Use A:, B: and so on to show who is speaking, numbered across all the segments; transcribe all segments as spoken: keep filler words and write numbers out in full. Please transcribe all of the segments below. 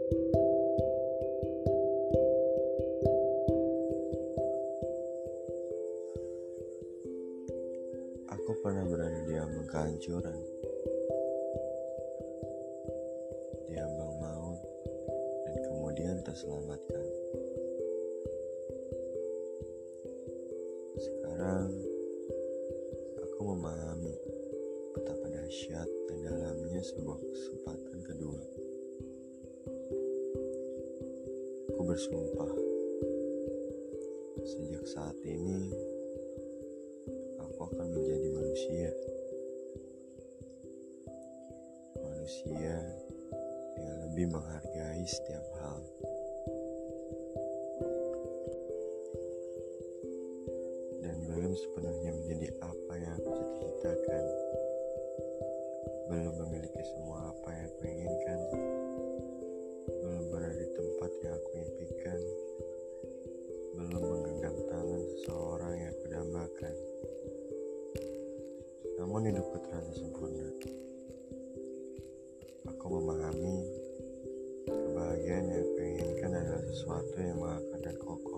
A: Aku pernah berada di ambang kehancuran, di ambang maut, dan kemudian terselamatkan. Sekarang, aku memahami betapa dahsyat dan dalamnya sebuah kesempatan kedua. Aku bersumpah, sejak saat ini, aku akan menjadi manusia. Manusia yang lebih menghargai setiap hal. Dan belum sepenuhnya menjadi apa yang aku cita-citakan. Belum memiliki semua apa yang aku inginkan. Belum berada di tempat yang aku impikan. Belum menggenggam tangan seseorang yang aku dambakan. Namun hidupku terasa sempurna. Aku memahami kebahagiaan yang aku inginkan adalah sesuatu yang mengakar dan kokoh.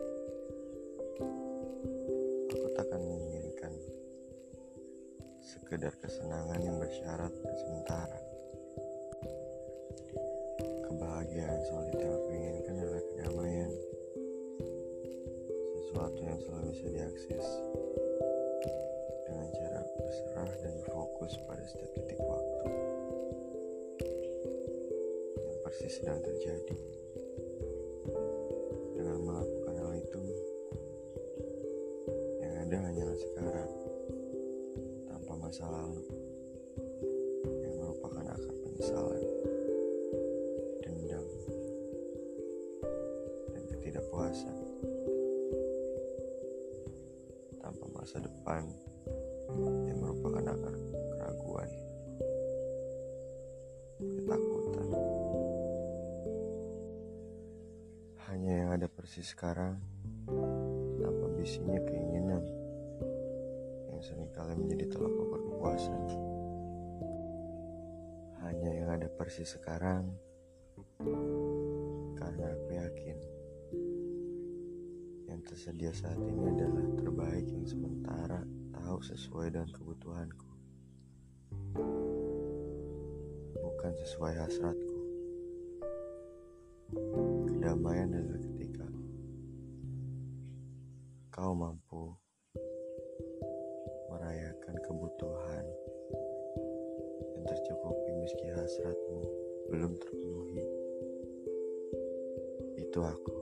A: Aku takkan menginginkan sekedar kesenangan yang bersyarat dan sementara. Kebahagiaan solid yang aku inginkan adalah kedamaian, sesuatu yang selalu bisa diakses dengan cara berserah dan fokus pada setiap titik waktu yang persis sedang terjadi. Dengan melakukan hal itu, yang ada hanyalah sekarang, tanpa masa lalu yang merupakan akar penyesalan, dendam, dan ketidakpuasan, tanpa masa depan yang merupakan akar keraguan, ketakutan. Hanya yang ada persis sekarang, tanpa bisinya keinginan yang seringkali menjadi tolak ukur kepuasan. Hanya yang ada persis sekarang, karena aku yakin yang tersedia saat ini adalah terbaik yang sementara tahu sesuai dengan kebutuhanku, bukan sesuai hasratku. Kedamaian adalah ketika kau mampu merayakan kebutuhan yang tercukupi meski hasratmu belum terpenuhi. Itu aku.